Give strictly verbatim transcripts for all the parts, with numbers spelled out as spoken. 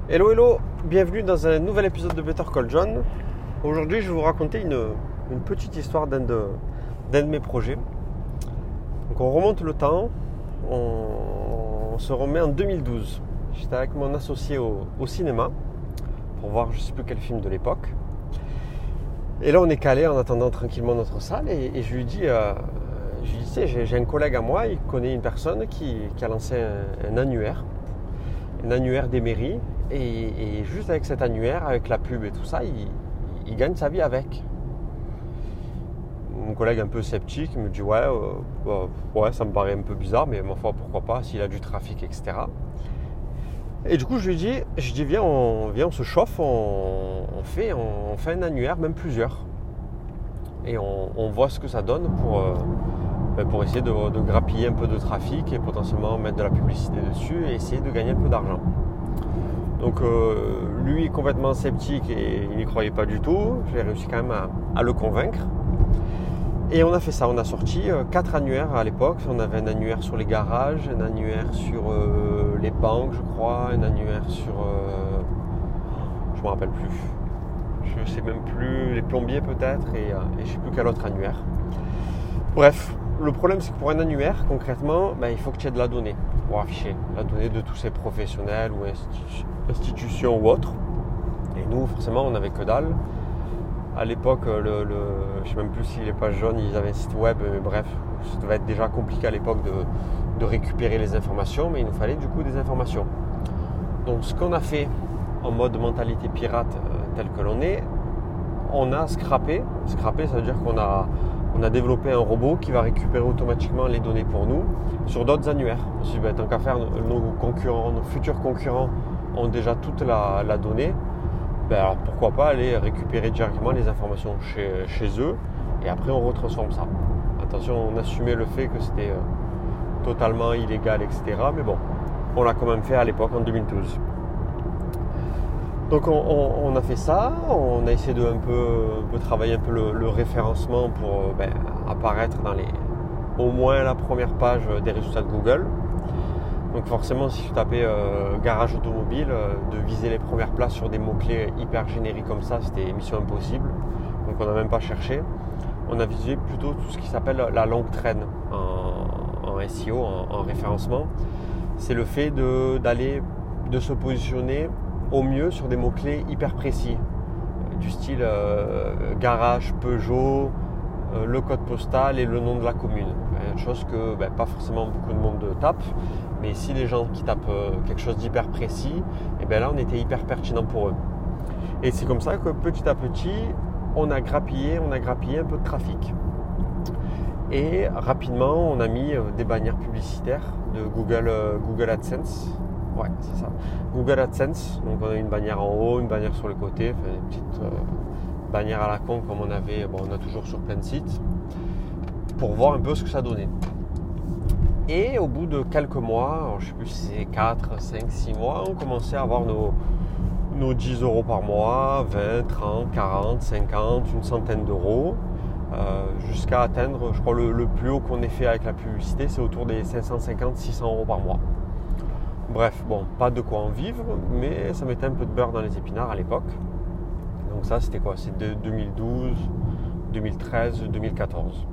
Hello hello, bienvenue dans un nouvel épisode de Better Call John. Aujourd'hui je vais vous raconter une, une petite histoire d'un de, d'un de mes projets. Donc on remonte le temps, on, on se remet en deux mille douze. J'étais avec mon associé au, au cinéma pour voir je ne sais plus quel film de l'époque. Et là on est calé en attendant tranquillement notre salle et, et je lui dis, euh, je lui dis j'ai, j'ai un collègue à moi, il connaît une personne qui, qui a lancé un, un annuaire, un annuaire des mairies. Et, et juste avec cet annuaire, avec la pub et tout ça, il, il gagne sa vie avec. Mon collègue un peu sceptique me dit ouais, euh, bah, ouais, ça me paraît un peu bizarre, mais ma foi, pourquoi pas, s'il a du trafic, et cetera. Et du coup, je lui dis, je dis viens, on, viens, on se chauffe, on, on, fait, on, on fait un annuaire, même plusieurs. Et on, on voit ce que ça donne pour, euh, pour essayer de, de grappiller un peu de trafic et potentiellement mettre de la publicité dessus et essayer de gagner un peu d'argent. Donc euh, lui est complètement sceptique et il n'y croyait pas du tout. J'ai réussi quand même à, à le convaincre. Et on a fait ça, on a sorti euh, quatre annuaires à l'époque. On avait un annuaire sur les garages, un annuaire sur euh, les banques je crois, un annuaire sur... Euh, je ne me rappelle plus. Je ne sais même plus, les plombiers peut-être et, euh, et je ne sais plus quel autre annuaire. Bref, le problème c'est que pour un annuaire, concrètement, ben, il faut que tu aies de la donnée pour afficher. La donnée de tous ces professionnels ou institutions. institution ou autre. Et nous, forcément, on n'avait que dalle. À l'époque, le, le, je ne sais même plus si les pages jaunes, ils avaient un site web, mais bref, ça devait être déjà compliqué à l'époque de, de récupérer les informations, mais il nous fallait du coup des informations. Donc, ce qu'on a fait en mode mentalité pirate euh, tel que l'on est, on a scrappé. Scrappé, ça veut dire qu'on a, on a développé un robot qui va récupérer automatiquement les données pour nous sur d'autres annuaires. On s'est dit, ben, tant qu'à faire, nos concurrents, nos futurs concurrents ont déjà toute la, la donnée, ben alors pourquoi pas aller récupérer directement les informations chez, chez eux et après on retransforme ça. Attention, on assumait le fait que c'était euh, totalement illégal, et cetera. Mais bon, on l'a quand même fait à l'époque en deux mille douze. Donc on, on, on a fait ça, on a essayé de un peu, un peu travailler un peu le, le référencement pour ben, apparaître dans les, au moins la première page des résultats de Google. Donc forcément, si tu tapais euh, garage automobile, euh, de viser les premières places sur des mots-clés hyper génériques comme ça, c'était mission impossible. Donc on n'a même pas cherché. On a visé plutôt tout ce qui s'appelle la longue traîne en, en S E O, en, en référencement. C'est le fait de, d'aller, de se positionner au mieux sur des mots-clés hyper précis. Du style euh, garage, Peugeot, euh, le code postal et le nom de la commune. Une chose que ben, pas forcément beaucoup de monde tape. Mais si les gens qui tapent quelque chose d'hyper précis, et bien là on était hyper pertinent pour eux. Et c'est comme ça que petit à petit, on a grappillé, on a grappillé un peu de trafic. Et rapidement, on a mis des bannières publicitaires de Google, Google AdSense. Ouais, c'est ça. Google AdSense. Donc on a une bannière en haut, une bannière sur le côté, enfin une petite euh, bannière à la con comme on avait, bon, on a toujours sur plein de sites, pour voir un peu ce que ça donnait. Et au bout de quelques mois, alors je ne sais plus si c'est quatre, cinq, six mois, on commençait à avoir nos, nos dix euros par mois, vingt, trente, quarante, cinquante, une centaine d'euros, euh, jusqu'à atteindre, je crois, le, le plus haut qu'on ait fait avec la publicité, c'est autour des cinq cent cinquante à six cents euros par mois. Bref, bon, pas de quoi en vivre, mais ça mettait un peu de beurre dans les épinards à l'époque. Donc ça, c'était quoi? C'était deux mille douze, deux mille treize, deux mille quatorze.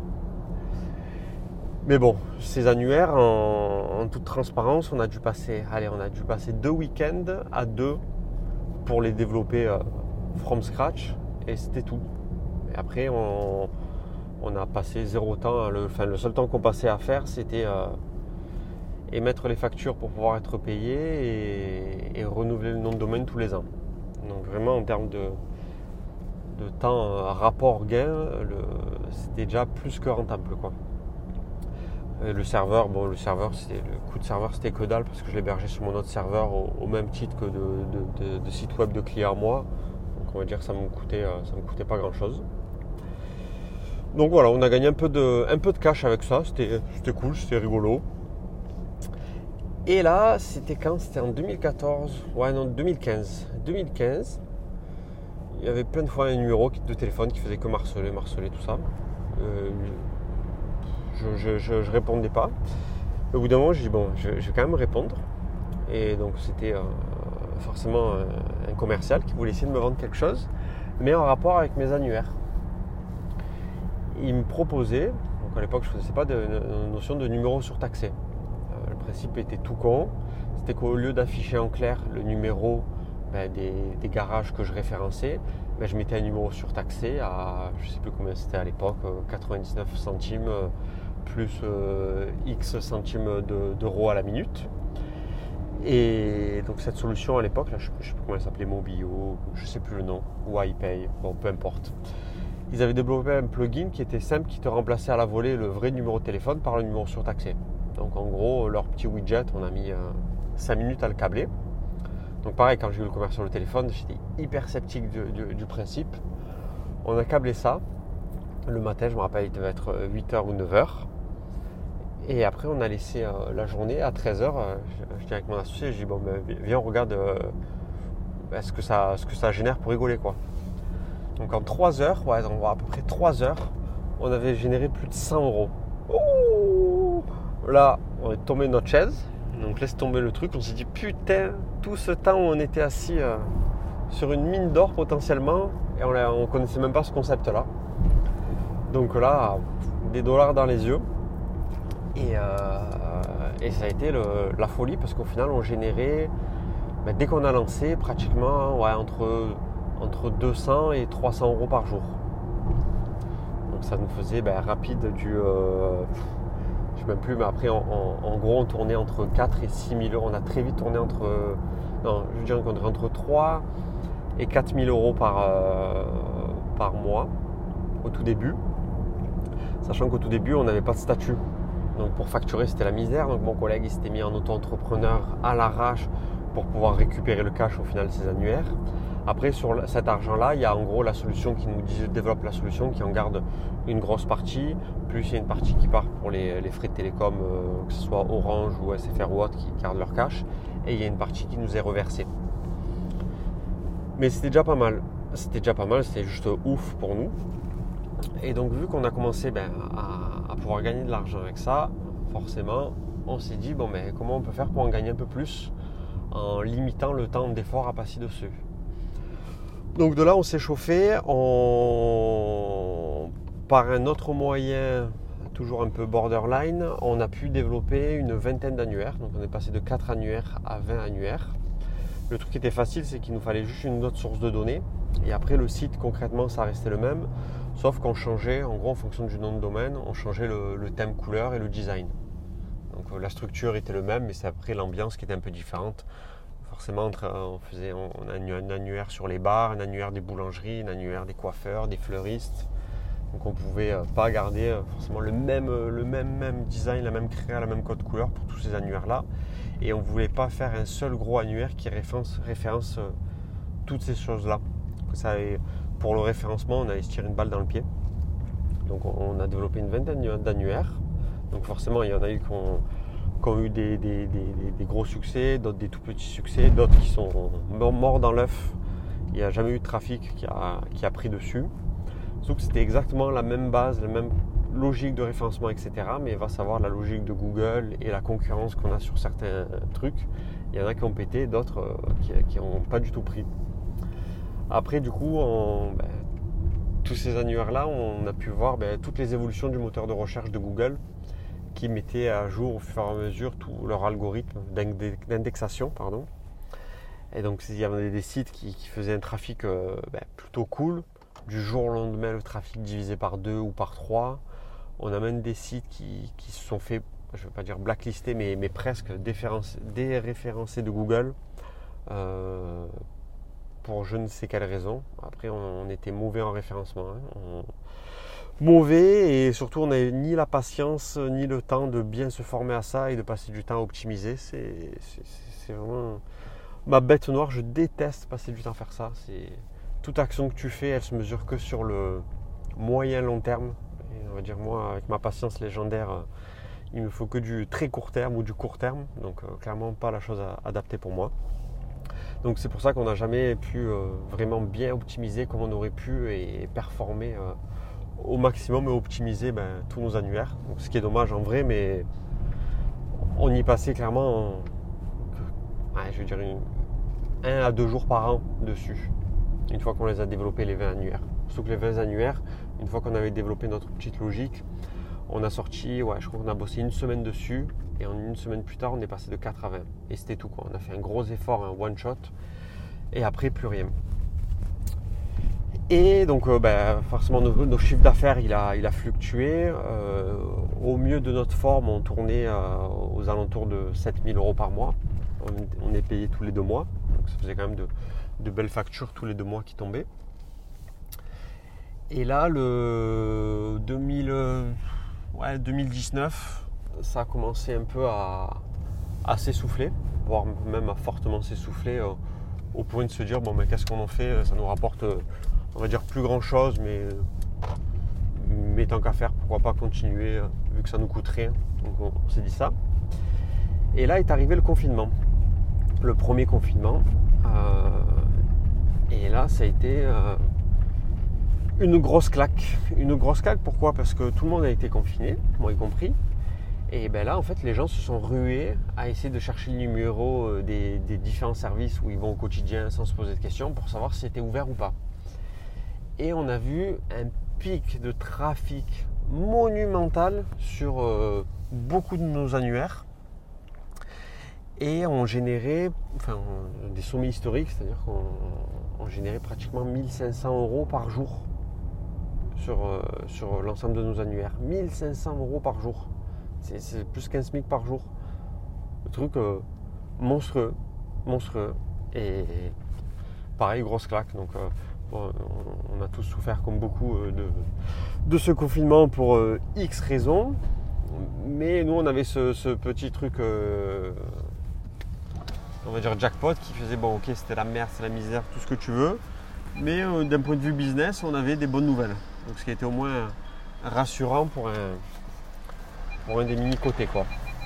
Mais bon, ces annuaires, en, en toute transparence, on a dû passer, allez, on a dû passer deux week-ends à deux pour les développer euh, from scratch, et c'était tout. Et après, on, on a passé zéro temps. Le, enfin, le seul temps qu'on passait à faire, c'était euh, émettre les factures pour pouvoir être payé et, et renouveler le nom de domaine tous les ans. Donc vraiment, en termes de, de temps euh, rapport-gain, le, c'était déjà plus que rentable, quoi. Le serveur, bon, le serveur, c'était, le coût de serveur, c'était que dalle parce que je l'hébergeais sur mon autre serveur au, au même titre que de, de, de, de site web de clients à moi. Donc on va dire que ça me coûtait, ça me coûtait pas grand chose. Donc voilà, on a gagné un peu de, un peu de cash avec ça. C'était, c'était cool, c'était rigolo. Et là, c'était quand? C'était en deux mille quatorze, ouais non, deux mille quinze. deux mille quinze, il y avait plein de fois un numéro de téléphone qui faisait que marceler, marceler, tout ça. Euh, je, je, je répondais pas. Au bout d'un moment, j'ai dit bon, je, je vais quand même répondre. Et donc c'était euh, forcément un commercial qui voulait essayer de me vendre quelque chose, mais en rapport avec mes annuaires. Il me proposait, donc à l'époque je ne connaissais pas de, de notion de numéro surtaxé. Euh, le principe était tout con, c'était qu'au lieu d'afficher en clair le numéro ben, des, des garages que je référençais, ben, je mettais un numéro surtaxé à, je ne sais plus combien c'était à l'époque, quatre-vingt-dix-neuf centimes plus euh, X centimes de, d'euros à la minute. Et donc cette solution à l'époque, là, je ne sais plus comment elle s'appelait, Mobio, je ne sais plus le nom, ou iPay, bon peu importe. Ils avaient développé un plugin qui était simple, qui te remplaçait à la volée le vrai numéro de téléphone par le numéro surtaxé. Donc en gros, leur petit widget, on a mis euh, cinq minutes à le câbler. Donc pareil, quand j'ai eu le commercial au téléphone, j'étais hyper sceptique du, du, du principe. On a câblé ça. Le matin, je me rappelle, il devait être huit heures ou neuf heures. Et après, on a laissé euh, la journée à treize heures. Euh, je, je dis avec mon associé, je dis bon, ben, viens, on regarde euh, ben, ce, que ça, ce que ça génère pour rigoler, quoi. Donc en trois heures, ouais, donc à peu près trois heures, on avait généré plus de cent euros. Oh, là, on est tombé de notre chaise. Donc laisse tomber le truc. On s'est dit putain, tout ce temps où on était assis euh, sur une mine d'or potentiellement, et on ne connaissait même pas ce concept-là. Donc là, des dollars dans les yeux. Et, euh, et ça a été le, la folie parce qu'au final on générait, ben, dès qu'on a lancé, pratiquement ouais, entre, entre deux cents et trois cents euros par jour. Donc ça nous faisait ben, rapide du, euh, je ne sais même plus, mais après en, en, en gros on tournait entre quatre et six mille euros. On a très vite tourné entre, non, je dirais qu'on est entre trois et quatre mille euros par, euh, par mois au tout début. Sachant qu'au tout début on n'avait pas de statut. Donc pour facturer c'était la misère, donc mon collègue il s'était mis en auto-entrepreneur à l'arrache pour pouvoir récupérer le cash au final de ses annuaires. Après sur cet argent là, il y a en gros la solution qui nous dit, développe la solution qui en garde une grosse partie, plus il y a une partie qui part pour les, les frais de télécom, euh, que ce soit Orange ou S F R ou autre qui gardent leur cash, et il y a une partie qui nous est reversée. Mais c'était déjà pas mal, c'était déjà pas mal, c'était juste ouf pour nous. Et donc vu qu'on a commencé ben, à, à pouvoir gagner de l'argent avec ça, forcément on s'est dit bon mais comment on peut faire pour en gagner un peu plus en limitant le temps d'effort à passer dessus. Donc de là on s'est chauffé, on... par un autre moyen toujours un peu borderline, on a pu développer une vingtaine d'annuaires. Donc on est passé de quatre annuaires à vingt annuaires. Le truc qui était facile, c'est qu'il nous fallait juste une autre source de données. Et après le site concrètement ça restait le même. Sauf qu'on changeait, en gros en fonction du nom de domaine, on changeait le, le thème couleur et le design. Donc la structure était le même, mais c'est après l'ambiance qui était un peu différente. Forcément, on faisait on a un annuaire sur les bars, un annuaire des boulangeries, un annuaire des coiffeurs, des fleuristes. Donc on ne pouvait pas garder forcément le même, le même, même design, la même créa, la même code couleur pour tous ces annuaires-là. Et on ne voulait pas faire un seul gros annuaire qui référence, référence toutes ces choses-là. Ça avait, pour le référencement, on allait se tirer une balle dans le pied. Donc on a développé une vingtaine d'annuaires. Donc forcément, il y en a eu qui ont, qui ont eu des, des, des, des gros succès, d'autres des tout petits succès, d'autres qui sont morts dans l'œuf. Il n'y a jamais eu de trafic qui a, qui a pris dessus. Sauf que c'était exactement la même base, la même logique de référencement, et cetera. Mais va savoir la logique de Google et la concurrence qu'on a sur certains trucs. Il y en a qui ont pété, d'autres euh, qui n'ont pas du tout pris. Après, du coup, on, ben, tous ces annuaires-là, on a pu voir ben, toutes les évolutions du moteur de recherche de Google qui mettait à jour au fur et à mesure tout leur algorithme d'indexation. Pardon. Et donc, il y avait des sites qui, qui faisaient un trafic euh, ben, plutôt cool. Du jour au lendemain, le trafic divisé par deux ou par trois. On a même des sites qui, qui se sont fait, je ne veux pas dire blacklistés, mais, mais presque déréférencés de Google. Euh, pour je ne sais quelle raison. Après, on, on était mauvais en référencement. Hein. On... Mauvais, et surtout, on n'avait ni la patience, ni le temps de bien se former à ça et de passer du temps à optimiser. C'est, c'est, c'est vraiment ma bête noire. Je déteste passer du temps à faire ça. C'est... Toute action que tu fais, elle se mesure que sur le moyen long terme. Et on va dire, moi, avec ma patience légendaire, il me faut que du très court terme ou du court terme. Donc, euh, clairement, pas la chose à adapter pour moi. Donc c'est pour ça qu'on n'a jamais pu euh, vraiment bien optimiser comme on aurait pu et performer euh, au maximum et optimiser ben, tous nos annuaires. Donc, ce qui est dommage en vrai, mais on y passait clairement, en, ouais, je veux dire, une, un à deux jours par an dessus, une fois qu'on les a développés, les vingt annuaires. Surtout que les vingt annuaires, une fois qu'on avait développé notre petite logique, on a sorti, ouais, je crois qu'on a bossé une semaine dessus, et en une semaine plus tard, on est passé de quatre à vingt. Et c'était tout, quoi. On a fait un gros effort, un one shot, et après, plus rien. Et donc, euh, ben, forcément, nos, nos chiffres d'affaires, il a, il a fluctué. Euh, au mieux de notre forme, on tournait euh, aux alentours de sept mille euros par mois. On, on est payé tous les deux mois. Donc, ça faisait quand même de, de belles factures tous les deux mois qui tombaient. Et là, le deux mille, ouais, deux mille dix-neuf, ça a commencé un peu à, à s'essouffler, voire même à fortement s'essouffler, euh, au point de se dire, bon, mais qu'est-ce qu'on en fait? Ça nous rapporte... Euh, on va dire plus grand chose, mais, mais tant qu'à faire, pourquoi pas continuer, vu que ça nous coûte rien. Donc on, on s'est dit ça. Et là est arrivé le confinement, le premier confinement. Euh, et là, ça a été euh, une grosse claque. Une grosse claque, pourquoi? Parce que tout le monde a été confiné, moi y compris. Et ben là, en fait, les gens se sont rués à essayer de chercher le numéro des, des différents services où ils vont au quotidien sans se poser de questions pour savoir si c'était ouvert ou pas. Et on a vu un pic de trafic monumental sur euh, beaucoup de nos annuaires. Et on générait enfin, des sommets historiques, c'est-à-dire qu'on on générait pratiquement mille cinq cents euros par jour sur, euh, sur l'ensemble de nos annuaires. mille cinq cents euros par jour. C'est, c'est plus qu'un SMIC par jour. Le truc euh, monstrueux, monstrueux. Et pareil, grosse claque. Donc, euh, on a tous souffert comme beaucoup de, de ce confinement pour euh, X raisons. Mais nous, on avait ce, ce petit truc, euh, on va dire jackpot, qui faisait, bon, ok, c'était la merde, c'est la misère, tout ce que tu veux. Mais euh, d'un point de vue business, on avait des bonnes nouvelles. Donc, ce qui était au moins rassurant pour un, pour un des mini-côtés, quoi.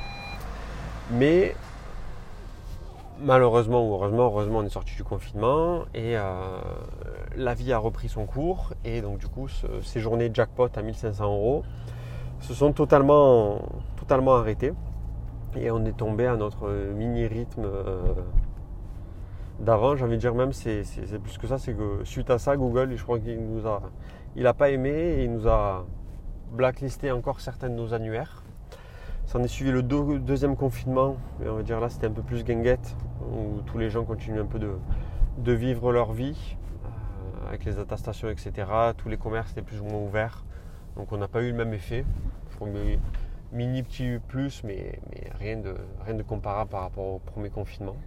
Mais... malheureusement ou heureusement, heureusement on est sorti du confinement et euh, la vie a repris son cours et donc du coup ce, ces journées jackpot à mille cinq cents euros se sont totalement, totalement arrêtées et on est tombé à notre mini rythme euh, d'avant. J'ai envie de dire même c'est, c'est, c'est plus que ça, c'est que suite à ça Google, je crois qu'il nous a, il a pas aimé et il nous a blacklisté encore certains de nos annuaires. Ça en est suivi le deux, deuxième confinement, mais on va dire là c'était un peu plus guinguette, où tous les gens continuent un peu de, de vivre leur vie, euh, avec les attestations, et cetera. Tous les commerces étaient plus ou moins ouverts, donc on n'a pas eu le même effet. Je crois que mini petit plus, mais, mais rien, de, rien de comparable par rapport au premier confinement.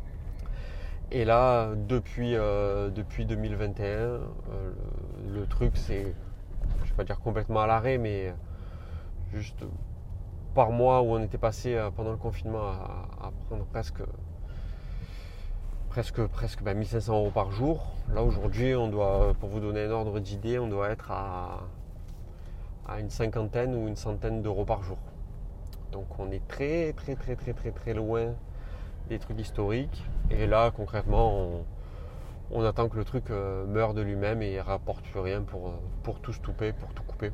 Et là, depuis, euh, depuis deux mille vingt et un, euh, le, le truc c'est, je ne vais pas dire complètement à l'arrêt, mais juste... par mois où on était passé pendant le confinement à, à prendre presque presque presque ben, mille cinq cents euros par jour. Là aujourd'hui on doit, pour vous donner un ordre d'idée, on doit être à, à une cinquantaine ou une centaine d'euros par jour. Donc on est très très très très très très loin des trucs historiques. Et là concrètement on, on attend que le truc meure de lui-même et rapporte plus rien pour, pour tout stopper, pour tout couper.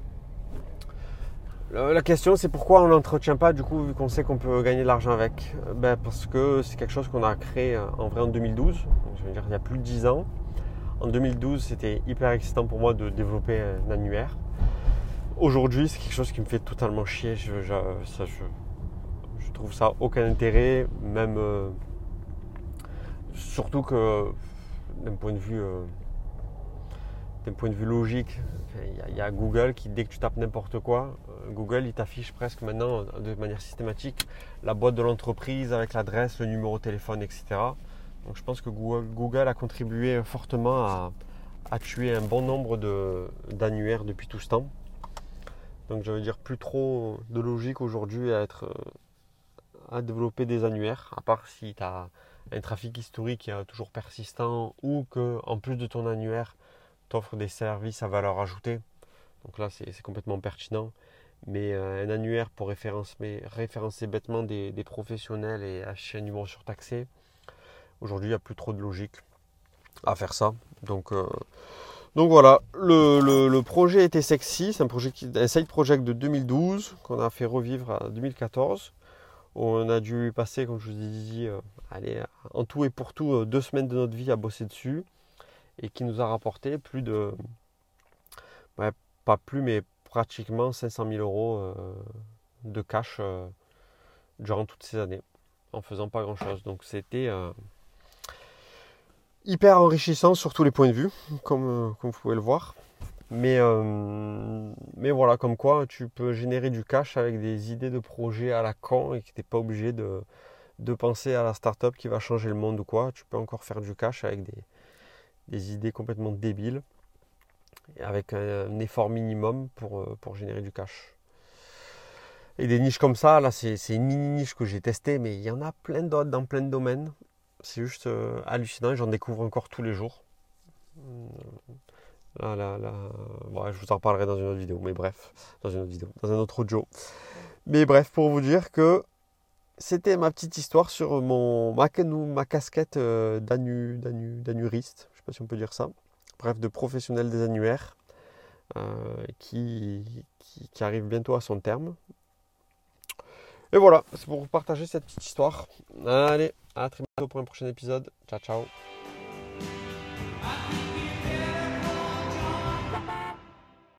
La question c'est pourquoi on n'entretient pas du coup vu qu'on sait qu'on peut gagner de l'argent avec. Ben, parce que c'est quelque chose qu'on a créé en vrai en deux mille douze, donc, je veux dire il y a plus de dix ans. En deux mille douze c'était hyper excitant pour moi de développer un annuaire. Aujourd'hui c'est quelque chose qui me fait totalement chier, je, je, ça, je, je trouve ça aucun intérêt, même euh, surtout que d'un point de vue euh, d'un point de vue logique, il y, y a Google qui, dès que tu tapes n'importe quoi, euh, Google il t'affiche presque maintenant de manière systématique la boîte de l'entreprise avec l'adresse, le numéro de téléphone, et cetera. Donc je pense que Google, Google a contribué fortement à, à tuer un bon nombre de, d'annuaires depuis tout ce temps. Donc je veux dire plus trop de logique aujourd'hui à être à développer des annuaires, à part si tu as un trafic historique qui est toujours persistant ou que en plus de ton annuaire t'offre des services à valeur ajoutée. Donc là, c'est, c'est complètement pertinent. Mais euh, un annuaire pour référencer, référencer bêtement des, des professionnels et acheter un numéro surtaxé, aujourd'hui, il n'y a plus trop de logique à faire ça. Donc, euh, donc voilà, le, le, le projet était sexy. C'est un, projet qui, un side project de deux mille douze qu'on a fait revivre à deux mille quatorze. On a dû passer, comme je vous ai dit, euh, allez, en tout et pour tout, euh, deux semaines de notre vie à bosser dessus et qui nous a rapporté plus de, ouais, pas plus, mais pratiquement cinq cent mille euros euh, de cash euh, durant toutes ces années en faisant pas grand chose. Donc c'était euh, hyper enrichissant sur tous les points de vue, comme, euh, comme vous pouvez le voir. Mais, euh, mais voilà, comme quoi tu peux générer du cash avec des idées de projets à la con et que tu n'es pas obligé de, de penser à la start-up qui va changer le monde ou quoi. Tu peux encore faire du cash avec des, des idées complètement débiles et avec un, un effort minimum pour, euh, pour générer du cash. Et des niches comme ça, là c'est, c'est une mini niche que j'ai testée, mais il y en a plein d'autres dans plein de domaines. C'est juste euh, hallucinant et j'en découvre encore tous les jours. Là, là, là. Bon, je vous en parlerai dans une autre vidéo, mais bref, dans une autre vidéo, dans un autre audio. Mais bref, pour vous dire que c'était ma petite histoire sur mon, ma, ma casquette euh, d'annu, d'annu, d'annuriste, je ne sais pas si on peut dire ça, bref, de professionnel des annuaires, euh, qui, qui, qui arrive bientôt à son terme. Et voilà, c'est pour vous partager cette petite histoire. Allez, à très bientôt pour un prochain épisode. Ciao, ciao.